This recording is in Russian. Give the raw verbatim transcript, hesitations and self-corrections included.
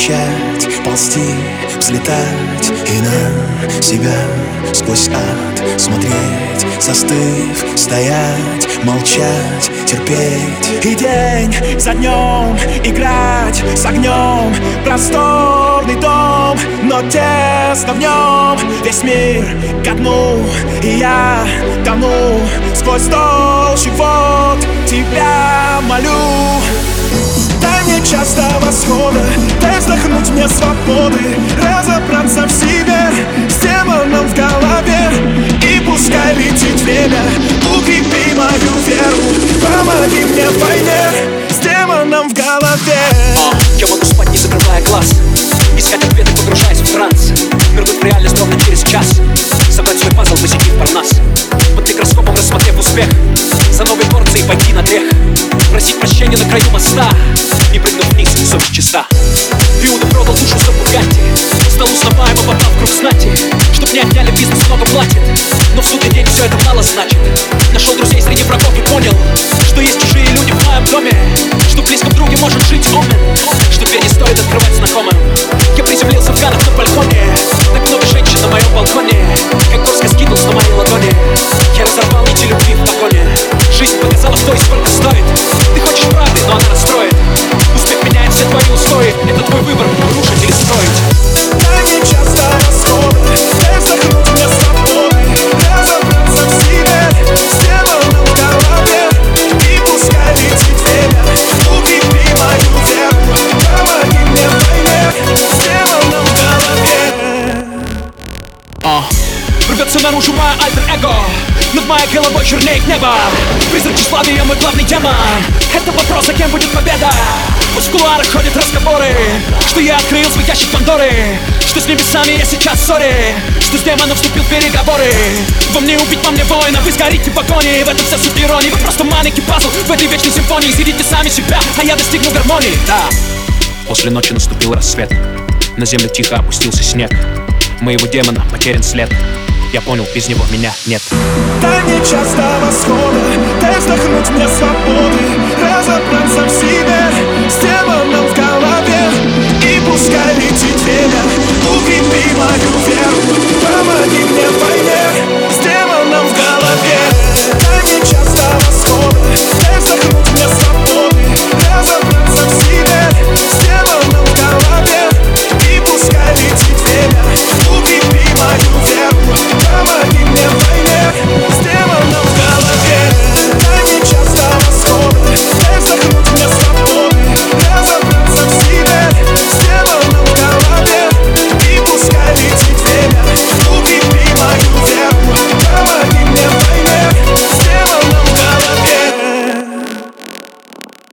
начать ползти, взлетать и на себя сквозь ад смотреть, застыв, стоять, молчать, терпеть. И день за днем играть с огнем. Просторный дом, но тесно в нем. Весь мир ко дну, и я тону сквозь толщу вод. Тебя молю, дай мне час до восхода, дай вздохнуть мне свободы, разобраться в себе с демоном в голове. И пускай летит время, укрепи мою веру, помоги мне в войне с демоном в голове. О, я могу спать, не закрывая глаз, искать ответы, погружаясь в транс, нырнуть в реальность ровно через час, собрать свой пазл, посетив Парнас, под микроскопом рассмотрев успех, за новой порцией пойти на трех, просить прощения на краю моста, не прыгнув вниз, совесть чиста. Иуда продал душу за Бугатти, стал узнаваем, а попал в круг знати. Чтоб не отняли, бизнес много платит, но в судный день все это мало значит. Нашел друзей среди врагов и понял, что есть чужие люди в моем доме, что в близком друге может жить омен, что дверь не стоит открывать знакомым. Я приземлился в Ганах на балконе, так много женщин на моем балконе, как горска скинулся на моей ладони. Я разорвал нити любви в погоне, жизнь показала, что и сколько стоит. Ты хочешь правды, но она расстроит. Успех меняет все твои устои, это твой выбор, рушить или строить. Дай мне час до восхода, дай вздохнуть мне свободы, разобраться в себе с демоном в голове. И пускай летит время, укрепи мою веру, помоги мне в войне с демоном в голове. О, рвется наружу мое альтер-эго, над моей головой чернеет небо. Призрак тщеславия мой главный демон. Это вопрос, а кем будет победа? Пусть в кулуарах ходят разговоры, что я открыл свой ящик Пандоры, что с небесами я сейчас ссоре, что с демоном вступил в переговоры. Вам не убить, во мне воина, вы сгорите в огонии. В этом вся суть иронии, вы просто маленький пазл в этой вечной симфонии. Съедите сами себя, а я достигну гармонии. Да. После ночи наступил рассвет, на землю тихо опустился снег. Моего демона потерян след, я понял, без него меня нет. Дай мне час до восхода, дай вздохнуть мне свободы, разобраться в себе с демоном в